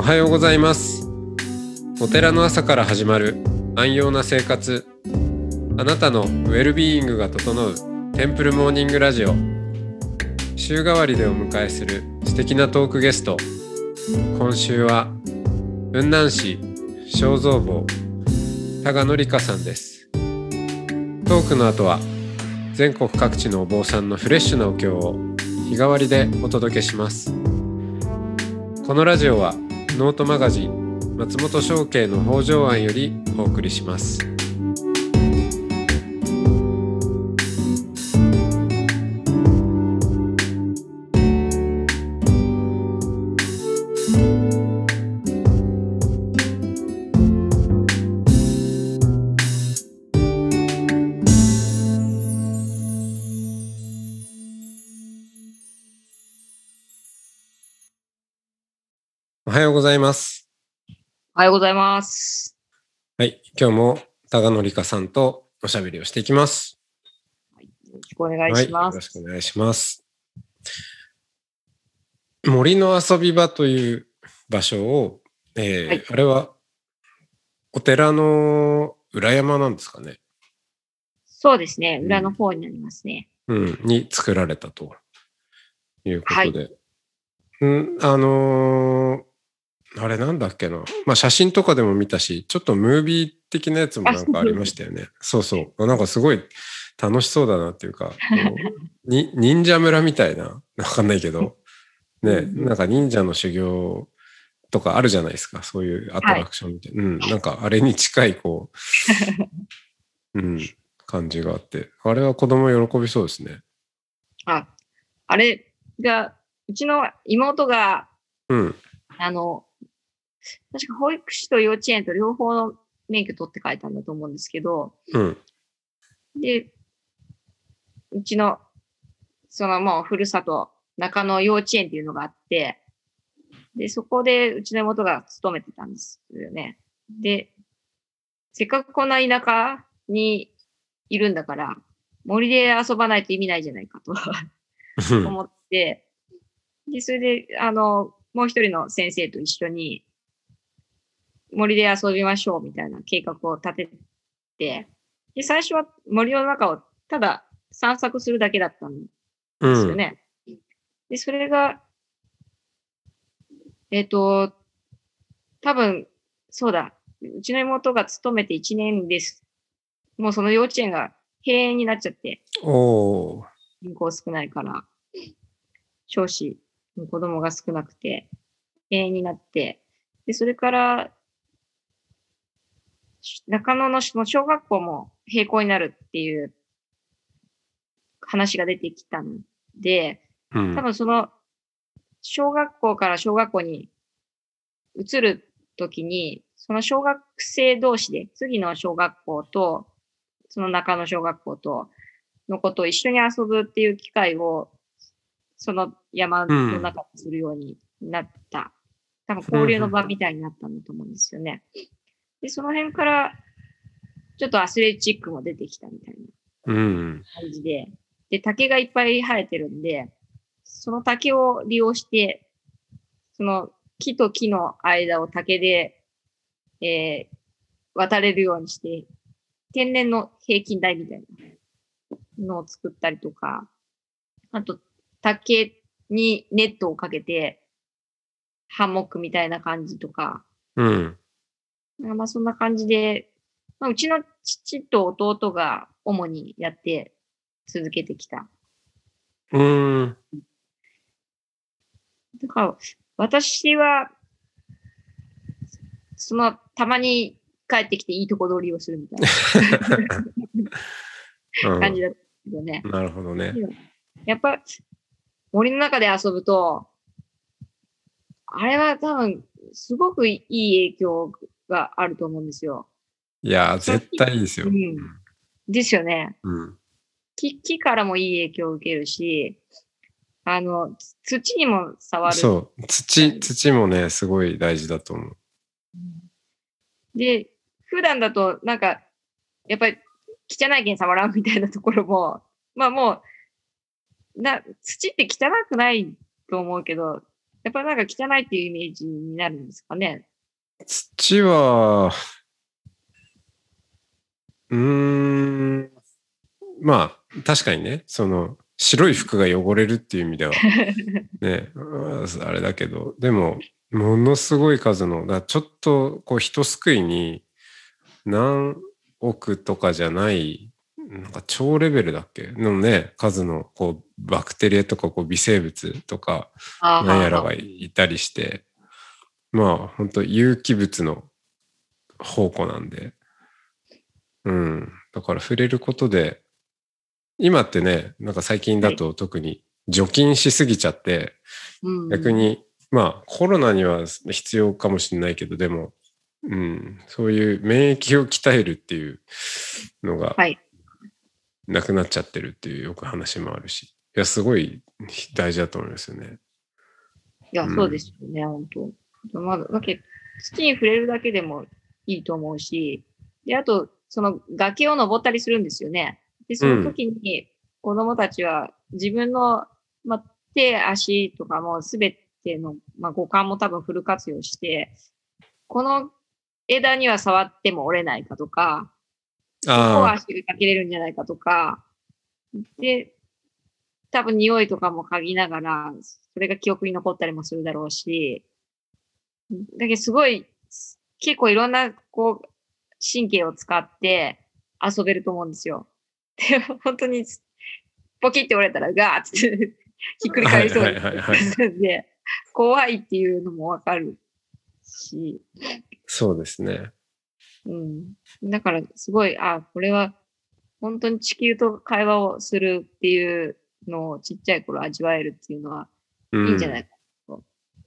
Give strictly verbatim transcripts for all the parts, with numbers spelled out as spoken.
はようございます。お寺の朝から始まる安養な生活、あなたのウェルビーイングが整うテンプルモーニングラジオ。週替わりでお迎えする素敵なトークゲスト。今週は雲南市正蔵坊多賀典香さんです。トークの後は全国各地のお坊さんのフレッシュなお経を日替わりでお届けします。このラジオはノートマガジン松本商家の北条庵よりお送りします。おはようございます。 おはようございます。 はい、今日も多賀典香さんとおしゃべりをしていきます。 はい、よろしくお願いします。 はい、よろしくお願いします。森の遊び場という場所を、えーはい、あれはお寺の裏山なんですかね。 そうですね、裏の方になりますね。 うん、うん、に作られたということで、はい、うん、あのーあれなんだっけな、まあ、写真とかでも見たし、ちょっとムービー的なやつもなんかありましたよね。そうそう。なんかすごい楽しそうだなっていうか、に忍者村みたいな、わかんないけど、ね、なんか忍者の修行とかあるじゃないですか。そういうアトラクションみたいな。はい、うん、なんかあれに近い、こう、うん、感じがあって、あれは子供喜びそうですね。 あ、あれが、うちの妹が、 うん、あの、確か保育士と幼稚園と両方の免許取って書いたんだと思うんですけど、 うん、 で、うちの、そのもうふるさと、中野幼稚園っていうのがあって、で、そこでうちの妹が勤めてたんですよね。で、せっかくこんな田舎にいるんだから、森で遊ばないと意味ないじゃないかと思って、で、それで、あの、もう一人の先生と一緒に、森で遊びましょうみたいな計画を立てて、で、最初は森の中をただ散策するだけだったんですよね。うん、で、それが、えっと、多分、そうだ、うちの妹が勤めていちねんです。もうその幼稚園が閉園になっちゃって、 おー。 人口少ないから、少子の子供が少なくて、閉園になって、で、それから、中野の小学校も閉校になるっていう話が出てきたので、うん、多分その小学校から小学校に移るときに、その小学生同士で、次の小学校と、その中野小学校とのことを一緒に遊ぶっていう機会を、その山の中でするようになった。うん、多分交流の場みたいになったんだと思うんですよね。で、その辺から、ちょっとアスレチックも出てきたみたいな感じで、うん、で、竹がいっぱい生えてるんで、その竹を利用して、その木と木の間を竹で、えー、渡れるようにして、天然の平均台みたいなのを作ったりとか、あと、竹にネットをかけて、ハンモックみたいな感じとか、 うん。 まあそんな感じで、まあ、うちの父と弟が主にやって続けてきた。 うーん。 だから私は、そのたまに帰ってきていいとこ取りをするみたいな感じだったけどね。 うん、なるほどね。 やっぱ森の中で遊ぶと、あれは多分すごくいい影響があると思うんですよ。 いや、絶対いいですよ。 うん、ですよね。 うん、 木, 木からもいい影響を受けるし、あの、土にも触る。 そう、土、土もね、すごい大事だと思う。 で、普段だと、なんか、やっぱり、汚いけん触らんみたいなところも、まあもう、な、土って汚くないと思うけど、 やっぱりなんか汚いっていうイメージになるんですかね。 土は、うーん、まあ、確かにね、その、白い服が汚れるっていう意味では、ね、あれだけど、でも、ものすごい数の、だちょっと、こう、一すくいに、何億とかじゃない、なんか超レベルだっけのね、数の、こう、バクテリアとか、こう、微生物とか、 あーなんやらはーはがいたりして、まあ、本当有機物の宝庫なんで、うん。だから触れることで、今ってね、なんか最近ーはい。 だと特に除菌しすぎちゃって、 うん。 逆に、まあコロナには必要かもしれないけど、でも、うん、そういう免疫を鍛えるっていうのがはい。 なくなっちゃってるっていうよく話もあるし、いや、すごい大事だと思いますよね。 いや、そうでうん。 すよね、本当。まだ、だけ土に触れるだけでもいいと思うし、で、あと、その崖を登ったりするんですよね。で、そのうん。 時に子供たちは自分の、まあ、手、足とかもすべての、まあ、五感も多分フル活用して、この枝には触っても折れないかとか、ここはあ足がかけれるんじゃないかとか、で、多分匂いとかも嗅ぎながら、それが記憶に残ったりもするだろうし、だけどすごい、結構いろんな、こう、神経を使って遊べると思うんですよ。で、本当に、ポキって折れたらガーってひっくりあ。はいはい返りそうにはいはい。 なるんで、怖いっていうのもわかるし、 そうですね。 うん。だからすごい、あ、これは本当に地球と会話をするっていうのをちっちゃい頃味わえるっていうのはうん。 いいんじゃないかと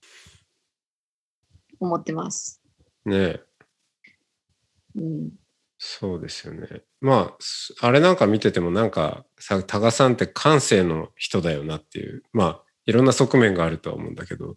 思ってます。 ね。 うん。 そうですよね。まあ、すあれなんか見ててもなんかさ、多賀さんって感性の人だよなっていう、まあ、いろんな側面があるとは思うんだけど、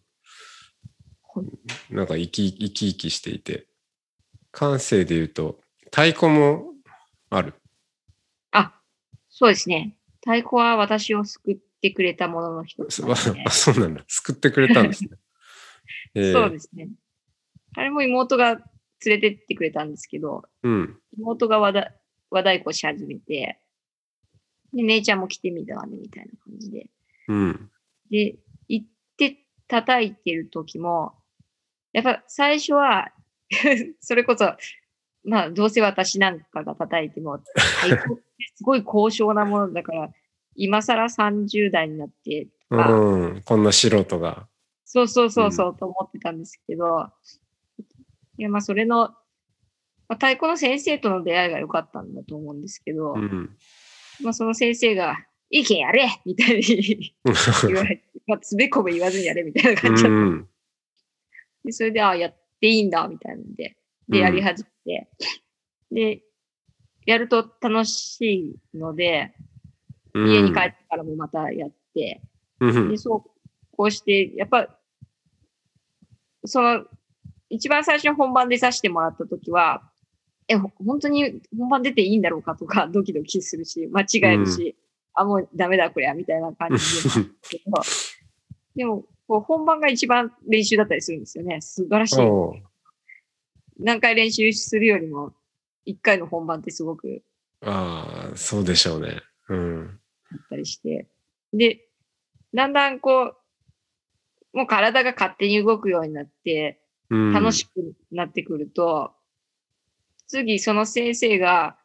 なんか生き生き生きしていて、感性で言うと、太鼓もある。 あ、そうですね。太鼓は私を救ってくれたものの一つそあ、 なので。 そうなんだ。救ってくれたんですね。えそうですね。あれも妹が連れてってくれたんですけど、 ー、うん、 妹が和だ和太鼓し始めて、で、姉ちゃんも来てみたわね、みたいな感じで。 うん、 で、行って叩いてる時も、やっぱ最初はそれこそ、まあ、どうせ私なんかが叩いても、太鼓ってすごい高尚なものだから、今更さんじゅう代になってとか、 うん、こんな素人が。 そうそううん、 そうそうと思ってたんですけど、いや、まあ、それの、まあ、太鼓の先生との出会いが良かったんだと思うんですけど、 うん。 まあ、その先生が、いいけんやれみたいに言われて、まあ、つべこべ言わずにやれみたいなう感じだったんん、 で、それで、ああ、やっていいんだ、みたいなんで、で、やりうん、 始めて、で、やると楽しいので、 う家に帰っん、 てからもまたやって、で、 うん、 そう、こうして、やっぱ、その、一番最初に本番出させてもらった時は、え、本当に本番出ていいんだろうかとか、ドキドキするし、間違うん。 えるし、あ、もうダメだこりゃ、みたいな感じでもあるんですけど、でも、こう本番が一番練習だったりするんですよね。素晴らしい。 おう。 何回練習するよりも、一回の本番ってすごくああ、そうでしょうね。うん。 あったりして。で、だんだんこう、もう体が勝手に動くようになって、 うん。 楽しくなってくると、次その先生が、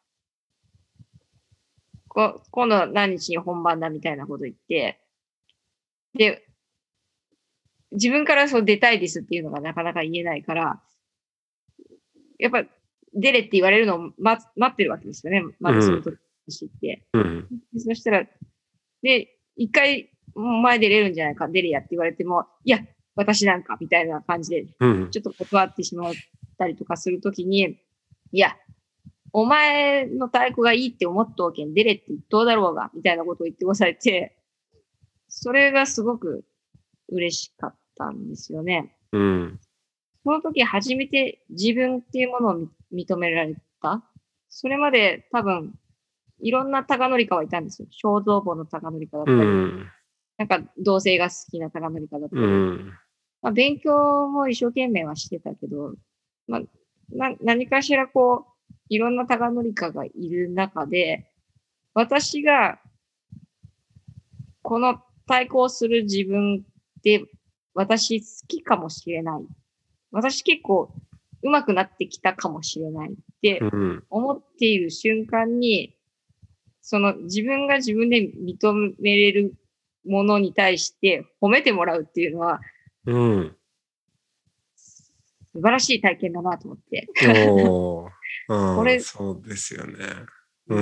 こ今度何日に本番だみたいなこと言って、で、自分からそう出たいですっていうのがなかなか言えないから、やっぱ出れって言われるのを待待ってるわけですよね。まうん。 だその時って。 うん。 でそしたら、で、一回前出れるんじゃないか、出れやって言われても、いや、私なんかみたいな感じで、 うん。 ちょっと断ってしまったりとかするときに、いや、お前の太鼓がいいって思っとうけん、出れって言っとうだろうが、みたいなことを言ってこされて、それがすごく嬉しかったんですよね。 うん。 その時初めて自分っていうものを認められた。それまで多分、いろんな高則家はいたんですよ。肖像母の高則家だっうたり、 ん。 なんか同性が好きな高則家だっうたり。 ん。 まあ、勉強も一生懸命はしてたけど、まあ、な何かしらこう、いろんなタガノリカがいる中で、私が、この対抗する自分で、私好きかもしれない。私結構上手くなってきたかもしれないって思っている瞬間に、その自分が自分で認めれるものに対して褒めてもらうっていうのは、 うん、 素晴らしい体験だなと思って。 おー、 これ、 そうですよね。うん。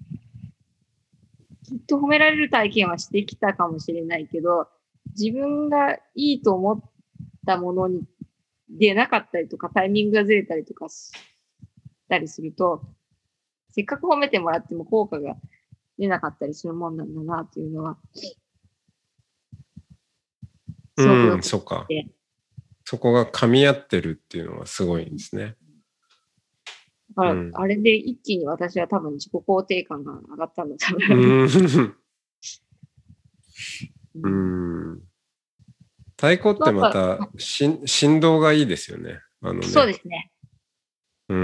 きっと褒められる体験はしてきたかもしれないけど、自分がいいと思ったものに出なかったりとか、タイミングがずれたりとかしたりすると、せっかく褒めてもらっても効果が出なかったりするもんなんだなというのは、 すごくよくて、うん、そっか。そこが噛み合ってるっていうのはすごいんですね。 だから、うん、あれで一気に私は多分自己肯定感が上がったんだと思う。 うん。太鼓ってまたし振動がいいですよね。あのね。 そうですね。 うん。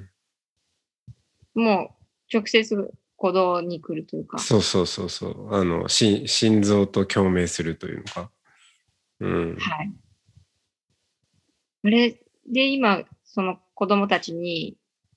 もう直接鼓動に来るというか。 そうそうそうそう。あのし心臓と共鳴するというのか。うん。 はい。あれで今その子供たちに、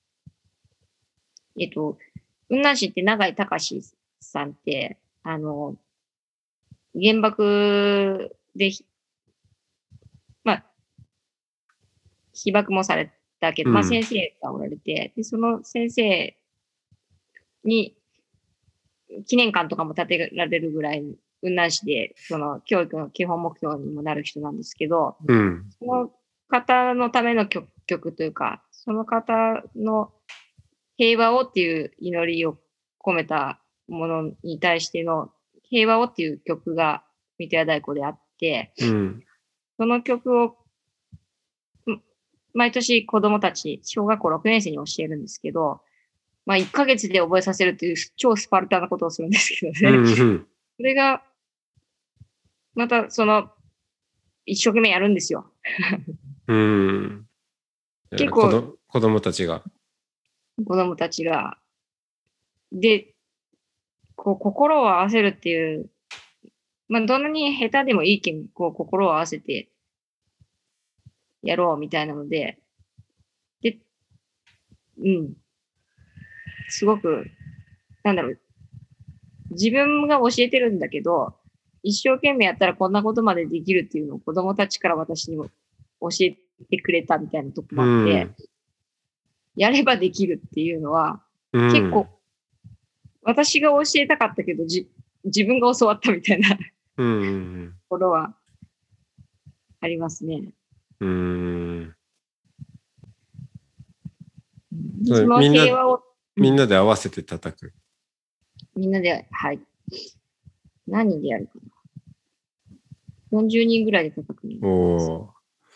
えっと雲南市って永井隆さんってあの原爆でまあ被爆もされたけど、うん、まあ先生がおられて、でその先生に記念館とかも建てられるぐらい、雲南市で、その教育の基本目標にもなる人なんですけど、 うん、 その方のための曲、曲というか、その方の平和をっていう祈りを込めたものに対しての平和をっていう曲が水戸屋太鼓であって、 うん、 その曲を毎年子供たち、小学校ろくねん生に教えるんですけど、まあいっかげつで覚えさせるっていう超スパルタなことをするんですけどね。 うんうん、 それが、またその、一生懸命やるんですよ。 うん。 結構、 子供たちが。 子供たちが。で、こう心を合わせるっていう、まあどんなに下手でもいいけん、こう心を合わせてやろうみたいなので、で、うん。すごく、なんだろう。自分が教えてるんだけど、一生懸命やったらこんなことまでできるっていうのを子供たちから私にも教えてくれたみたいなとこもあって、うん、やればできるっていうのは、うん、結構、私が教えたかったけど、じ自分が教わったみたいなところはありますね。 うん。 その平和をみんなで合わせて叩く。 みんなで、はい。何人でやるかな。よんじゅうにんぐらいで叩くの。 お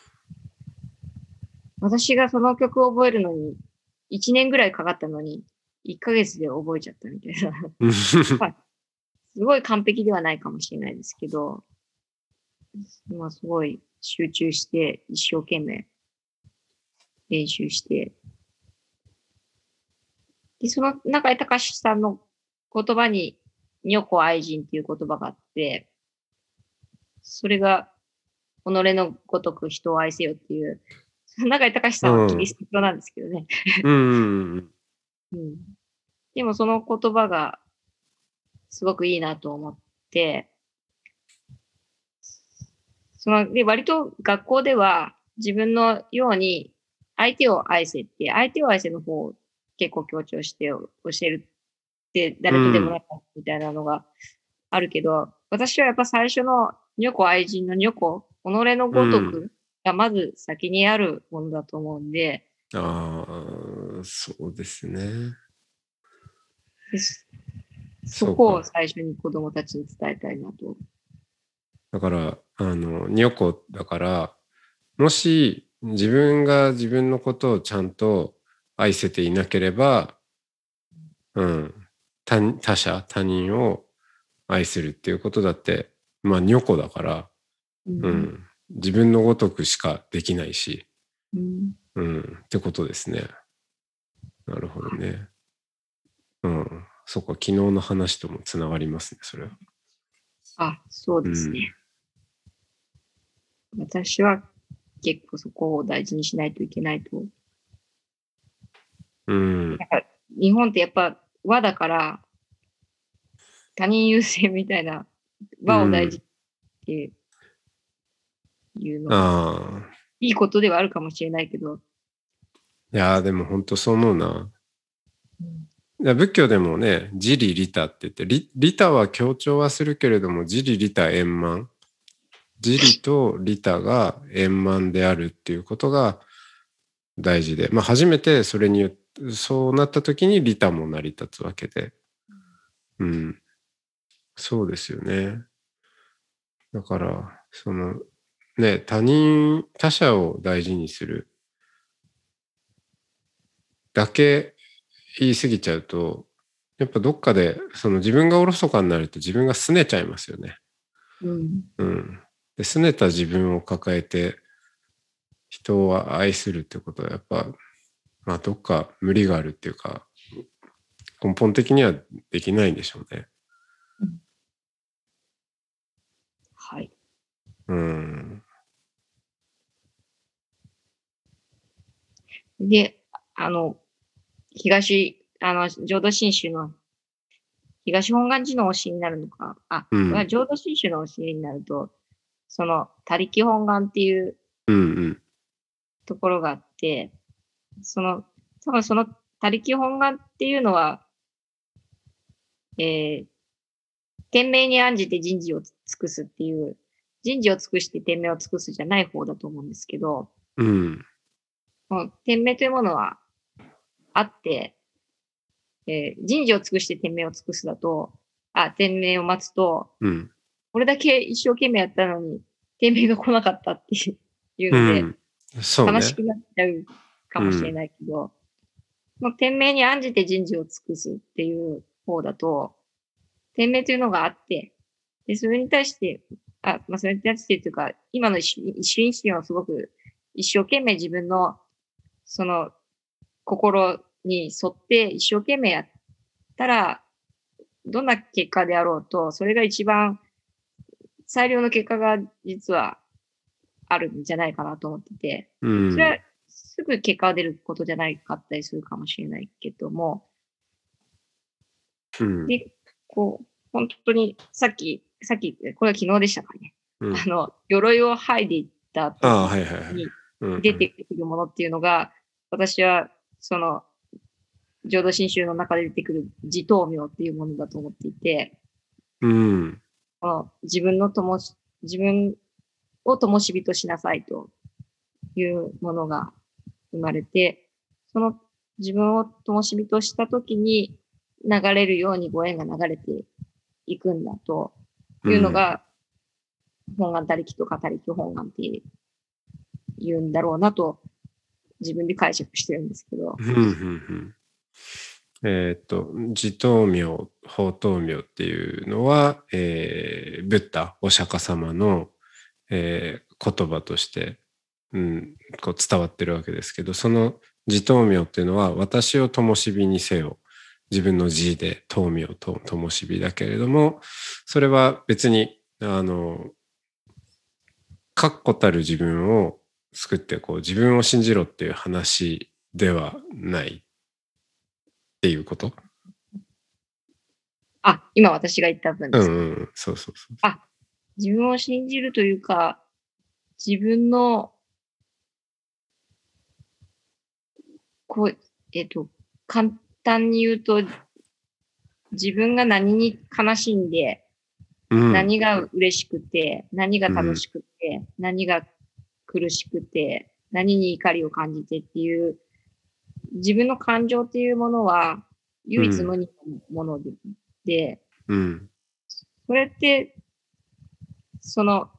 私がその曲を覚えるのに、いちねんぐらいかかったのに、いっかげつで覚えちゃったみたいな。まあ、すごい完璧ではないかもしれないですけど、まあ、すごい集中して、一生懸命練習して、で、その中井隆さんの言葉に、女子愛人っていう言葉があって、それが、己のごとく人を愛せよっていう、中井隆さんはキリスト教なんですけどね。 うんうんうん、でもその言葉がすごくいいなと思って、そので割と学校では自分のように相手を愛せって、相手を愛せの方を結構強調して教えるって誰とでもなったみたいなのがあるけど、うん、私はやっぱ最初の女子愛人の女子、己のごとくがまず先にあるものだと思うんで。 うん、ああ、そうですね。 そこを最初に子供たちに伝えたいなと。 だから、あの、女子だから、もし自分が自分のことをちゃんと愛せていなければ、うん、他, 他者、他人を愛するっていうことだって、まあ、女子だから、うん、うん、 自分のごとくしかできないし、 うん、 うん、ってことですね。なるほどね。うん、そっか、昨日の話ともつながりますね、それは。 あ、そううですね。 ん、 私は結構そこを大事にしないといけないと。 うん、 なんか日本ってやっぱ和だから他人優先みたいなう和を大事ん。 っていうのがああ、 いいことではあるかもしれないけど、 いやーでも本当そう思うな。 うん、 いや仏教でもね、自利利他って言って、利利他は強調はするけれども、自利利他円満。自利と利他が円満であるっていうことが大事で、まあ初めてそれによって、そうなった時に利他も成り立つわけで。うん。そうですよね。だから、その、ね、他人、他者を大事にするだけ言い過ぎちゃうと、やっぱどっかで、その自分がおろそかになると自分が拗ねちゃいますよね。 うん、 うん。で、拗ねた自分を抱えて人を愛するってことはやっぱ、まあどっか無理があるっていうか、根本的にはできないんでしょうね。 うん、はい。 うん。 で、あの、東、あの、浄土真宗の東本願寺の教えになるのか、あ、 うん。 これは浄土真宗の教えになると、その、他力本願っていううんうん。 ところがあって、その、多分その他力本願っていうのは、えー、天命に案じて人事を尽くすっていう、人事を尽くして天命を尽くすじゃない方だと思うんですけど、 うん。 この天命というものはあって、えー、人事を尽くして天命を尽くすだと、あ、天命を待つと、 うん。 これだけ一生懸命やったのに、天命が来なかったっていうので、 うん。そうね。 悲しくなっちゃうかもしれうん。 ないけど、もう天命に案じて人事を尽くすっていう方だと、天命というのがあって、で、それに対して、あ、まあ、それに対してというか、今の一瞬一瞬はすごく一生懸命自分の、その、心に沿って一生懸命やったら、どんな結果であろうと、それが一番最良の結果が実はあるんじゃないかなと思ってて、 うそれはん。 すぐ結果が出ることじゃないかったりするかもしれないけども、 うん。 で、こう、本当にさっき、さっき、これは昨日でしたかね。 うん。 あの、鎧を剥いでいったああ、 時はいはいはい。 にうんうん。 出てくるものっていうのが、私は、その、浄土真宗の中で出てくる自灯明っていうものだと思っていて、 うん。 この自分の灯し、自分を灯火としなさいというものが生まれて、その自分を灯火としたときに流れるようにご縁が流れていくんだとうん。 いうのが、本願他力とか他力本願って言うんだろうなと自分で解釈してるんですけど。 うんうんうん。えっと、自灯明、法灯明っていうのは、えー、ブッダ、お釈迦様の、えー言葉として、うん、こう伝わってるわけですけど、その自灯明っていうのは、私を灯火にせよ。自分の字で灯明と灯火だけれども、それは別に、あの、確固たる自分を作って、こう、自分を信じろっていう話ではないっていうこと。 あ、今私が言った分ですか。 うんうん、そうそうそう。 あ、自分を信じるというか、自分の、こう、えっと、簡単に言うと、自分が何に悲しんで、 うん、 何が嬉しくて、何がうん、 楽しくて、何が苦しくて、何に怒りを感じてっていう、自分の感情っていうものは、唯一無うん、 二のもので、でうん、 それって、その、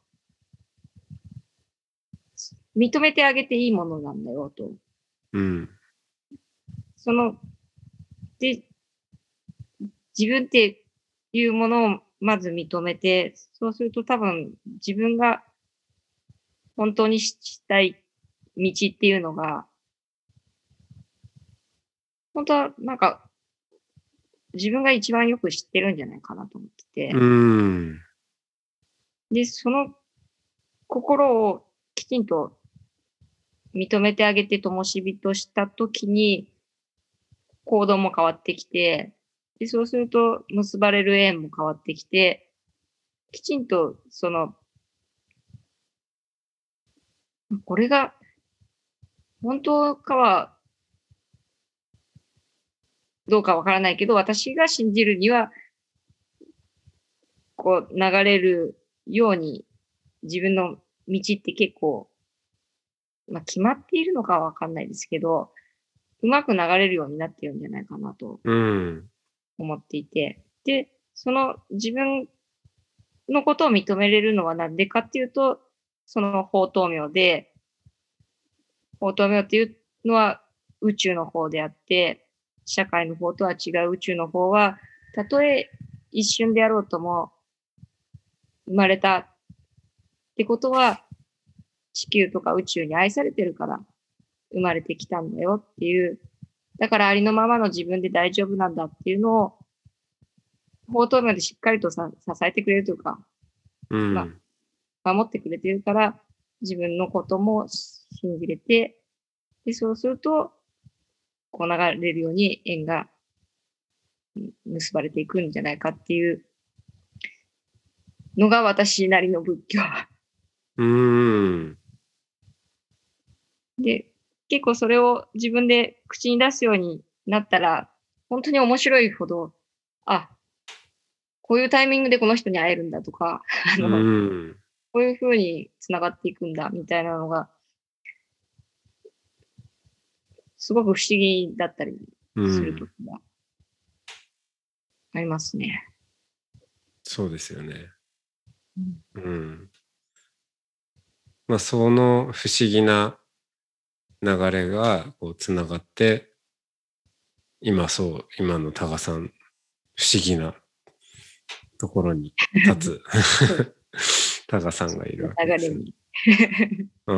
認めてあげていいものなんだよと。 うん、 その、で、自分っていうものをまず認めて、そうすると多分自分が本当にしたい道っていうのが、本当はなんか、自分が一番よく知ってるんじゃないかなと思ってて。 うーん。 で、その心をきちんと認めてあげて灯火としたときに、行動も変わってきて、で、そうすると結ばれる縁も変わってきて、きちんとその、これが本当かはどうかわからないけど、私が信じるには、こう流れるように自分の道って結構、まあ、決まっているのかはわかんないですけど、うまく流れるようになってるんじゃないかなとうん。 思っていて。で、その自分のことを認めれるのはなんでかっていうと、その法灯明で、法灯明っていうのは宇宙の方であって、社会の方とは違う宇宙の方は、たとえ一瞬であろうとも、生まれたってことは、地球とか宇宙に愛されてるから生まれてきたんだよっていう、だからありのままの自分で大丈夫なんだっていうのを、法灯明でしっかりとさ支えてくれるというか、 うん。 まあ、守ってくれてるから、自分のことも信じれて、で、そうすると、こう流れるように縁が結ばれていくんじゃないかっていうのが私なりの仏教。 うーん。 で、結構それを自分で口に出すようになったら、本当に面白いほど、あ、こういうタイミングでこの人に会えるんだとか、あうの、 ん。 こういう風に繋がっていくんだみたいなのが、すごく不思議だったりうする時ん。 がありますね。 そうですよね。 うん。 うん。まあ、その不思議な流れがこうつながって、今そう、今のタガさん、不思議なところに立そう、 つタガさんがいるわけですね。 流れに。 うん。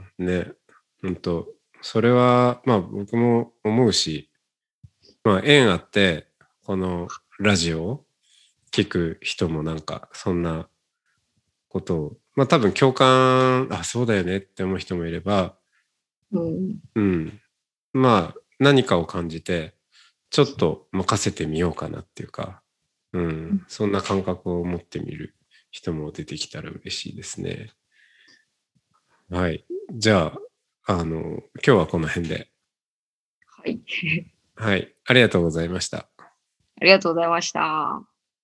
ね。本当それは、まあ僕も思うし、まあ縁あって、このラジオを聞く人もなんか、そんなことを、まあ多分共感、あ、そうだよねって思う人もいれば、 うん。 うん。まあ何かを感じて、ちょっと任せてみようかなっていうか、うん。そんな感覚を持ってみる人も出てきたら嬉しいですね。はい。じゃあ、あの、今日はこの辺で。 はい。 はい。ありがとうございました。 ありがとうございました。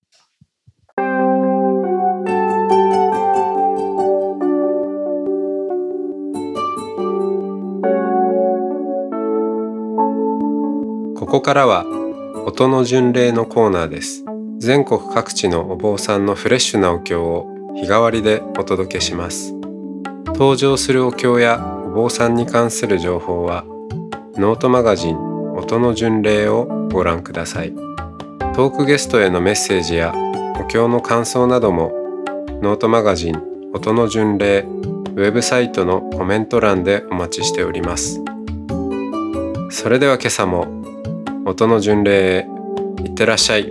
ここからは音の巡礼のコーナーです。全国各地のお坊さんのフレッシュなお経を日替わりでお届けします。登場するお経やお坊さんに関する情報はノートマガジン音の巡礼をご覧ください。トークゲストへのメッセージやお経の感想などもノートマガジン音の巡礼ウェブサイトのコメント欄でお待ちしております。それでは今朝も音の巡礼へいってらっしゃい。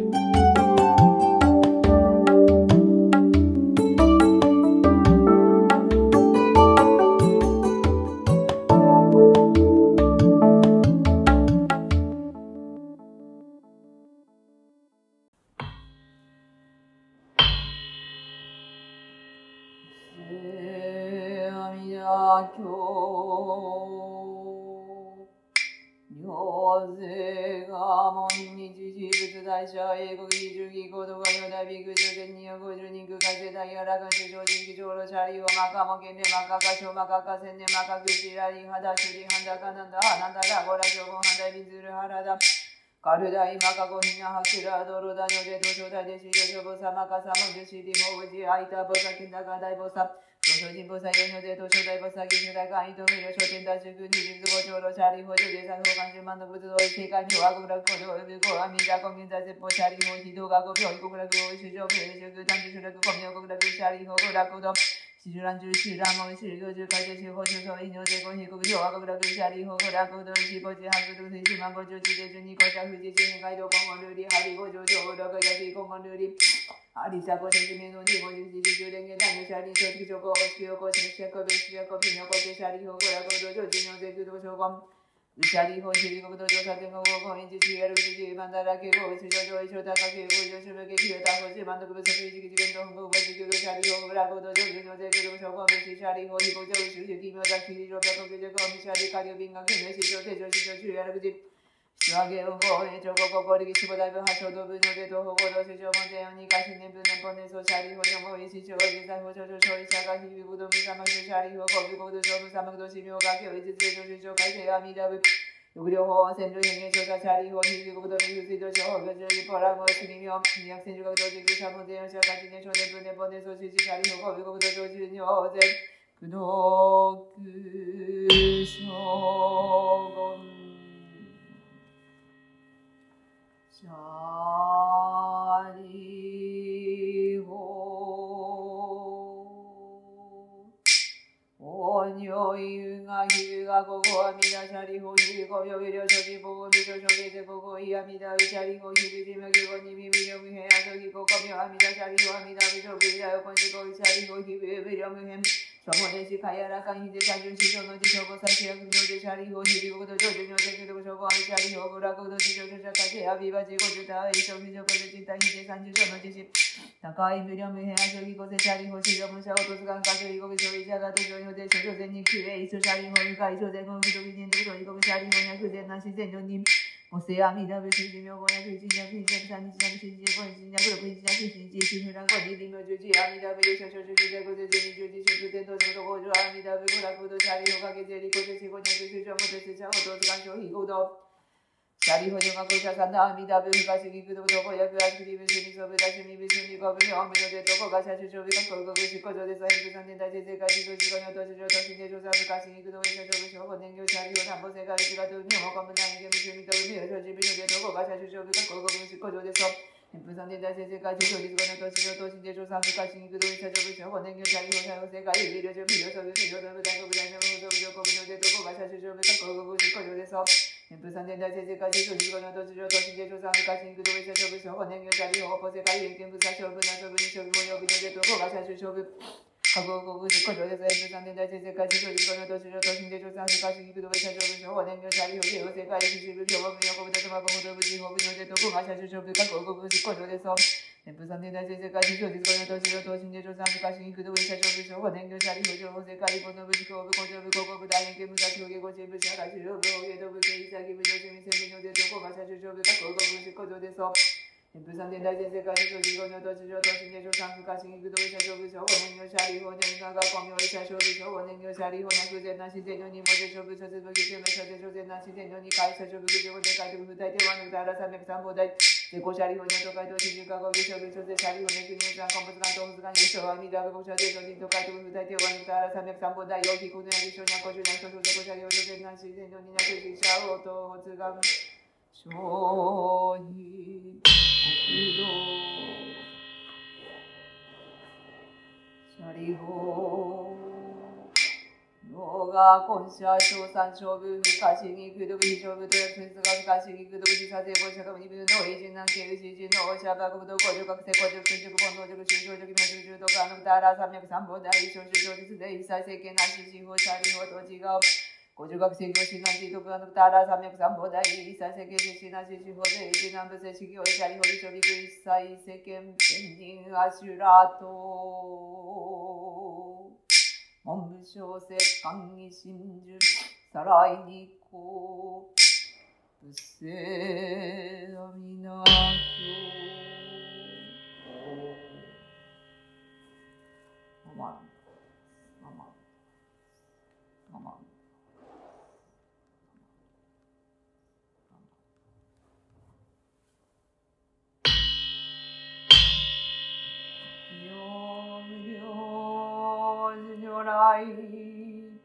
英国一十二行動がよだびぐじゅでにひゃくごじゅうにくかせたいやらかし上人気上路チャリをまかもけんでまかかしょまかかせんでまかくじらりはだしりはんだかなんだはなんだらごらしょぼんはんだびずるはらだカルダイマカゴヒナハキラドロダニョデドショダデシヨショボサマカサモジシリモウジアイタボサキンダガダイボサドショジンボサヨニョデドショダイボサキシュダガイトミロショテンダシュグニジズボチョロチャリホジデサフォガンジュマンのブツドイ世界にワゴラコドウビゴアミダコミンザゼポチャリホヒドガゴビョイコグラグオイシュジョブエシュグタンジュシュラグコミョコグラグシャリホグラコド七十乱十七乱毛十六十开始七后九所以牛在公西国九阿国的国家里后国的国的七国七汉国的七万国九七的十二国家富士七海道公共流里哈里国九九国的国家里公共流里阿里萨国三十年の二五十七十連現代のシャリソチキチョコシキヨコシキシャコベシヤコピニョコケシャリホコラコドジョジニョゼクドショコンシャリホシリコドジョサテンゴコインチシヤルジジバンダラケゴシジョジョイショタカケゴジョシュベケキヨタコシバンドクブサキジキジケントンゴバジキヨシャリホブラコドジョジニョゼクドショコンベシシャリホヒコジョウシュシキミョザキリジョペコケジョコミシャリカリオビンガケメシジョテジョシジョシュヤルジ仕上げをごえちょこここりぎしぼだいぶはしょどぶのでとほごどしじょもぜよにかしねぶねぽねそしゃりほじょもいしちょうじさほしょしょしょいしゃがひびぶどみさまししゃりほこびこどしょぶさまくどしみょうがきょいじつじょししょかいせあみだぶよくりょうほうせんるへんげしょさしゃりほひびこどみふついどしょほぐじょいぽらごしみみょうにひゃくせんじゅうかくどじくさもぜよしゃかちねしょねぶねぽねそしししゃりほこびこどしょじゅにょうぜくどくしょごんシャリホおにょいうがひゅうがここあみだシャリホひびこよびりょしょじぼこみしょしょげせここいあみだうシャリホひびじめぎこにみみりょむへんあそぎここみょあみだシャリホあみだびしょびらよこんじこいシャリホひびびりょむへんしょもねしかやらかんひでさじゅんししょのじしょこさしやくみょうでシャリホひびこどじょじゅにょぜきどしょこあみシャリホブラコどじしょしょしゃかせあびばじこじゅたいしょみしょこじちんたひでさんじゅうしょのじし高い無料無変あそぎこせシャリホしじょむしゃおとすがんかしょいこびしょいしゃがとしょいのでしょしょぜんにくえいしょシャリホみかいしょぜんごふどびにんとしょいこびシャリホにゃくぜんなしぜんよにおせあみだぶしじみょうごにゃくいちにゃくいちにゃくさんにちにゃくしじごにちにゃくろくにちにゃくしちにちしふらんこにりみょうじゅうじあみだぶよしょしょしょしょごぜんぜんにじゅうじしゅくてんとしょとごじゅうあみだぶごらくどシャリホかけぜりこせしごにゃくしゅじょもてせしゃおとすがんしょひごどシャリホジョガコシャサンダアミダブフカシギクドドコヤクアシクリブシミソブダシミビシミコブニョンブニョデトコガシャシュショビカコゴグシコジョデサイブサンデンダジェゼカジドジゴニョトシジョトシデジョサブカシギクドウシャショブショコネンギョシャリホタンボセカリジガトミョモコムナインゲミシミトブミョショジビニョデトコガシャシュショビカコゴグシコジョデソブサンデンダジェゼカジドジゴニョトシジョトシデジョサブカシギクドウシャショブショコネンギョシャリホタンボセカリビリョジョビリョソブシジョドブダイコブダイノブドブジョコブニョデトコガシャシュショビカコゴグシコジョデソ天風三天大聖世界中十五の土地上都市で上三昔に工藤者勝負勝負年業者利用ポセカイ天風三勝負な勝負に勝負無料日のデート後が最終勝負各国国古城で天風三天大聖世界中十五の土地上都市で上三昔に工藤者勝負勝負年業者利用世界一周部強無料国立馬国無事法部のデート後が最終勝負各国国古城です天風三天大聖世界中十五の土地上都市で上三昔に工藤者勝負勝負年業者利用世界一の無事法部工場部広告大変見無駄表現五千部社会主要部法芸道部経済義務上市民専門のデート後が最終勝負各国国工場です天風三天大聖世界中十五の土地上都市で上三昔に工藤者勝負勝負年業者利用年賀が公明者勝負勝負年業者利用なく全なし全のに文字勝負諸説武器中名諸説諸全なし全のに会社勝負口をでかいと不体手はぬたら三百三宝大で五車利用に都会と新宿加工技勝負諸説車利用年国入山鉱物岩東物岩優勝阿弥陀仏国社で人都会と不体手はぬたら三百三宝大陽気国内優勝にゃ五十年諸説五車利用諸説なし全のになくし者をと発願承認シャリホノガコンシャ小三勝負不可思議空毒非勝負と約説が不可思議空毒自殺英語社会二分の偉人南京牛人のシャバ国土工場学生工場建築本能塾修正塾明塾中とかのたら三百三宝大小修正術で一切政権なし司法シャリホと違う工場学生業師南地徳がのたら三百三宝大一切政権実施なし司法で一南部正式業シャリホ理所びく一切世間天人アシュラト文部小説官議真珠さらいにこう不正阿弥陀経ママママママ如来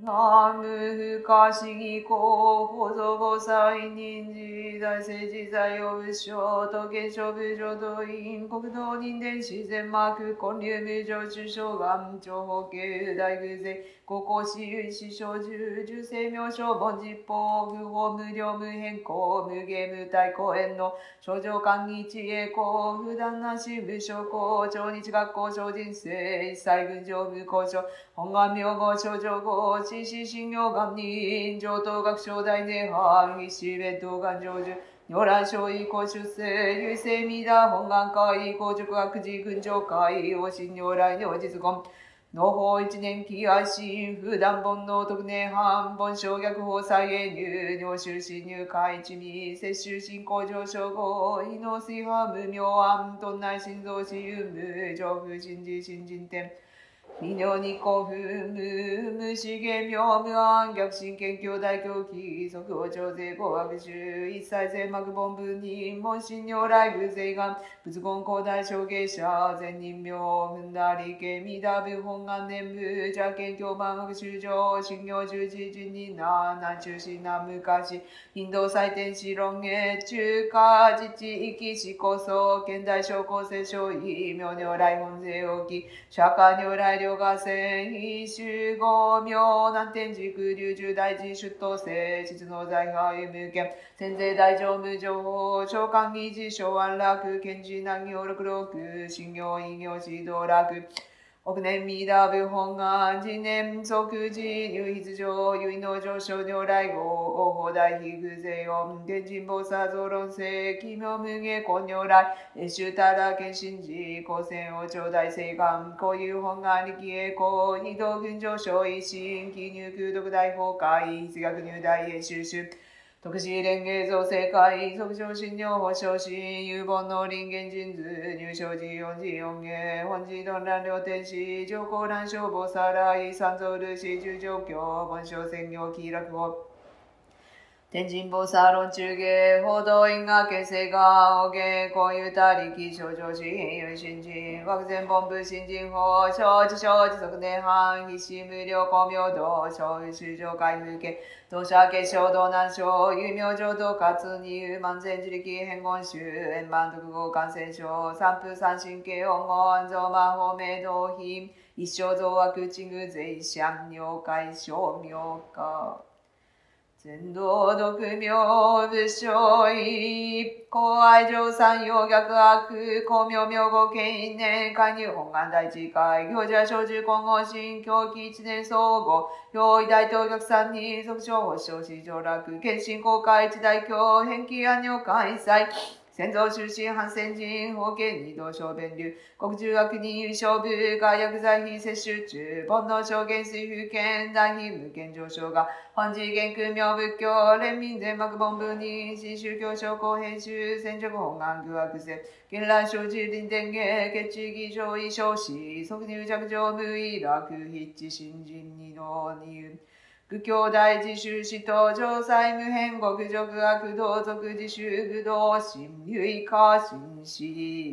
ナム不可思議公法蔵菩薩人事大聖自在用仏性東京諸部浄土院国土人伝自然膜建立無常中小眼長法系大偶然高校私有師小十十世名称凡実法不法無量無変更無芸無体公園の症状官議知恵公普段なし無償公超日学校小人生一切群上無交渉本願名号症状号知識信用願人上等学省大涅槃必死弁当願成就如来勝意公出世優勢弥陀本願会公塾学寺群上会往生如来如実言農法一年期愛心普段煩悩特年半凡生逆法再現入尿臭侵入会一味摂取進行上昇後胃の水波無明暗頓内心臓死有無上不信事新人天微妙に興奮無無資源妙無暗逆心研究大狂気即応徴税合悪臭一切全幕本文人問心如来偶税願仏言広大証芸者善人名踏んだり家弥陀部本願念部邪見教万学修上信行十字人人南南中心南昔インド祭典師論へ中華自治域思考層現代小構成小異名如来本税大き釈迦如来両河線非集合名南天竺流重大寺出頭生質の財派有無権先税大乗無情報召喚議事小安楽賢治南行六六信行異行指導楽億年弥陀部本願次年即時入筆上結の上昇如来号王法大非偶税音天神菩薩増論世奇妙無下根如来越衆たら見信寺高専王朝大聖願こういう本願力栄光二道群上昇一心記入空読大法会筆学入大英収集特殊連芸造成会即上信尿保証心有本の林源人図入賞寺四寺四芸本寺鈍乱両天使上皇乱消防さらい三蔵ルシ十条教本省専業喜楽法天神菩薩論中芸報道因果形成がお芸婚有他力症状心有新人惑前本部新人法承知承知即年半必死無料光明道小有修上開封家同社結晶道南省有名浄土活に万全自力変言宗円満独合感染症三風三神経音安蔵魔法明道品一生増悪鎮具税相尿解消妙化全道独名仏性一公愛上三陽逆悪公明明後権因年介入本願大智会行者小中混合心狂気一年総合用意大東逆三人即称保証市上楽献身公開一大教返帰安尿開催先祖出身反戦人法権二道小弁流国中悪人優勝部外薬剤費摂取中煩悩証言水風権大費無権上昇が本寺元空明仏教連民全幕本部人新宗教商工編集戦直本願具悪性現来生寺林伝芸決地義上位少子即入着上無意楽筆致新人二の二愚教大自習使徒上祭無変極辱悪道族自習愚道心唯化心死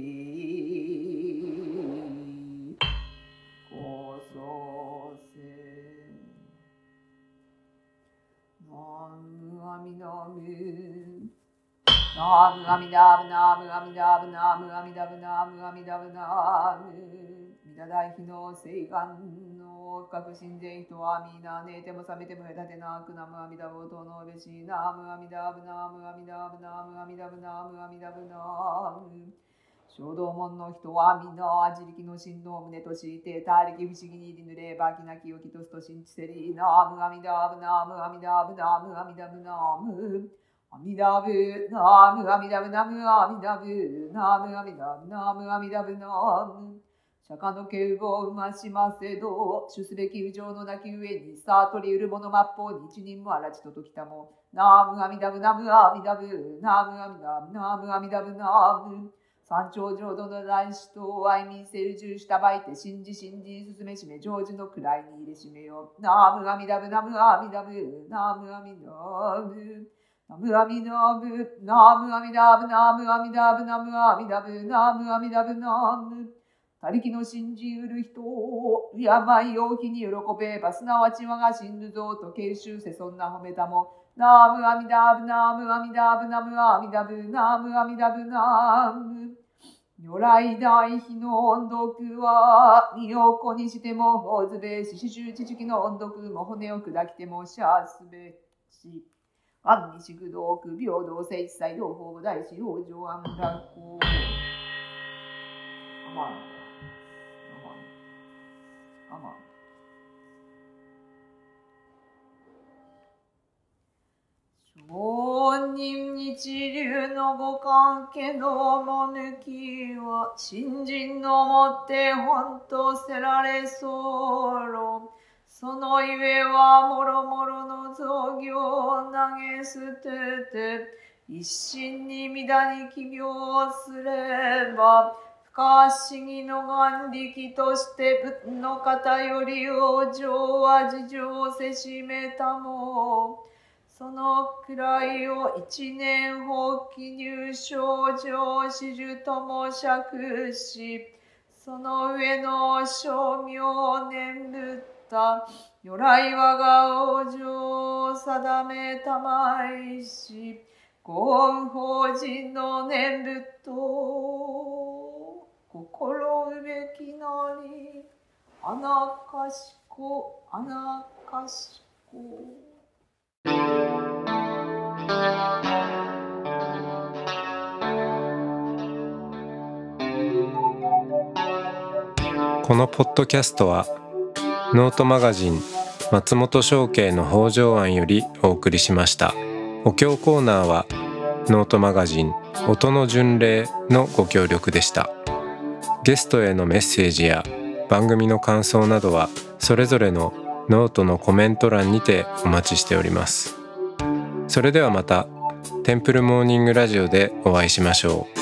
高僧性南無阿弥陀仏南無阿弥陀仏南無阿弥陀仏南無阿弥陀仏南無阿弥陀仏南無弥陀大悲の聖願の深く信ぜ人は皆寝ても覚めても隔てなく南無阿弥陀仏とのべし南無阿弥陀仏南無阿弥陀仏南無阿弥陀仏南無阿弥陀仏南無衝動門の人は皆自力の心の胸として他力不思議に入りぬればきなきをきとすと信じせり南無阿弥陀仏南無阿弥陀仏南無阿弥陀仏南無阿弥陀仏南無阿弥陀仏南無阿弥陀仏南無阿弥陀仏南無阿弥陀仏南無釈迦の敬語を生ましませど主すべき無常の泣き上にさあ取りうる者末法に一人もあらちとときたも南無阿弥陀仏南無阿弥陀仏南無阿弥陀仏南無阿弥陀仏南無三頂浄土の大師と愛民成就したばいて信じ信じ進めしめ成就の位に入れしめよ南無阿弥陀仏南無阿弥陀仏南無阿弥陀仏南無阿弥陀仏南無阿弥陀仏南無阿弥陀仏南無阿弥陀仏南無阿弥陀仏南無他力の信じうる人を病を気に喜べば、すなわち我が真るぞと慶州せそんな褒めたも。ナムアミダブナムアミダブナムアミダブナムアミダブナム。如来大悲の音読は、身を粉にしてもほずべし、四周知識の音読も骨を砕きてもしゃすべし。安に宿道苦平等性一切同法大師往生安楽公。アマン。アマン。アマン。上人日流のご関係のも抜きは、新人のもって本とせられそうろ。そのゆえはもろもろの造業を投げ捨てて、一心に乱に起業すれば、不可思議の眼力として仏の方より往生は事情せしめたも。そのくらいを一年法記入賞上始終とも釈し、その上の称名を念仏った如来我が往生を定めたまいし、ご恩法人の念仏と心うべきなり、あなかしこあなかしこ。 このポッドキャストはノートマガジン松本商家の北条庵よりお送りしました。お経コーナーはノートマガジン音の巡礼のご協力でした。ゲストへのメッセージや番組の感想などはそれぞれのノートのコメント欄にてお待ちしております。それではまたテンプルモーニングラジオでお会いしましょう。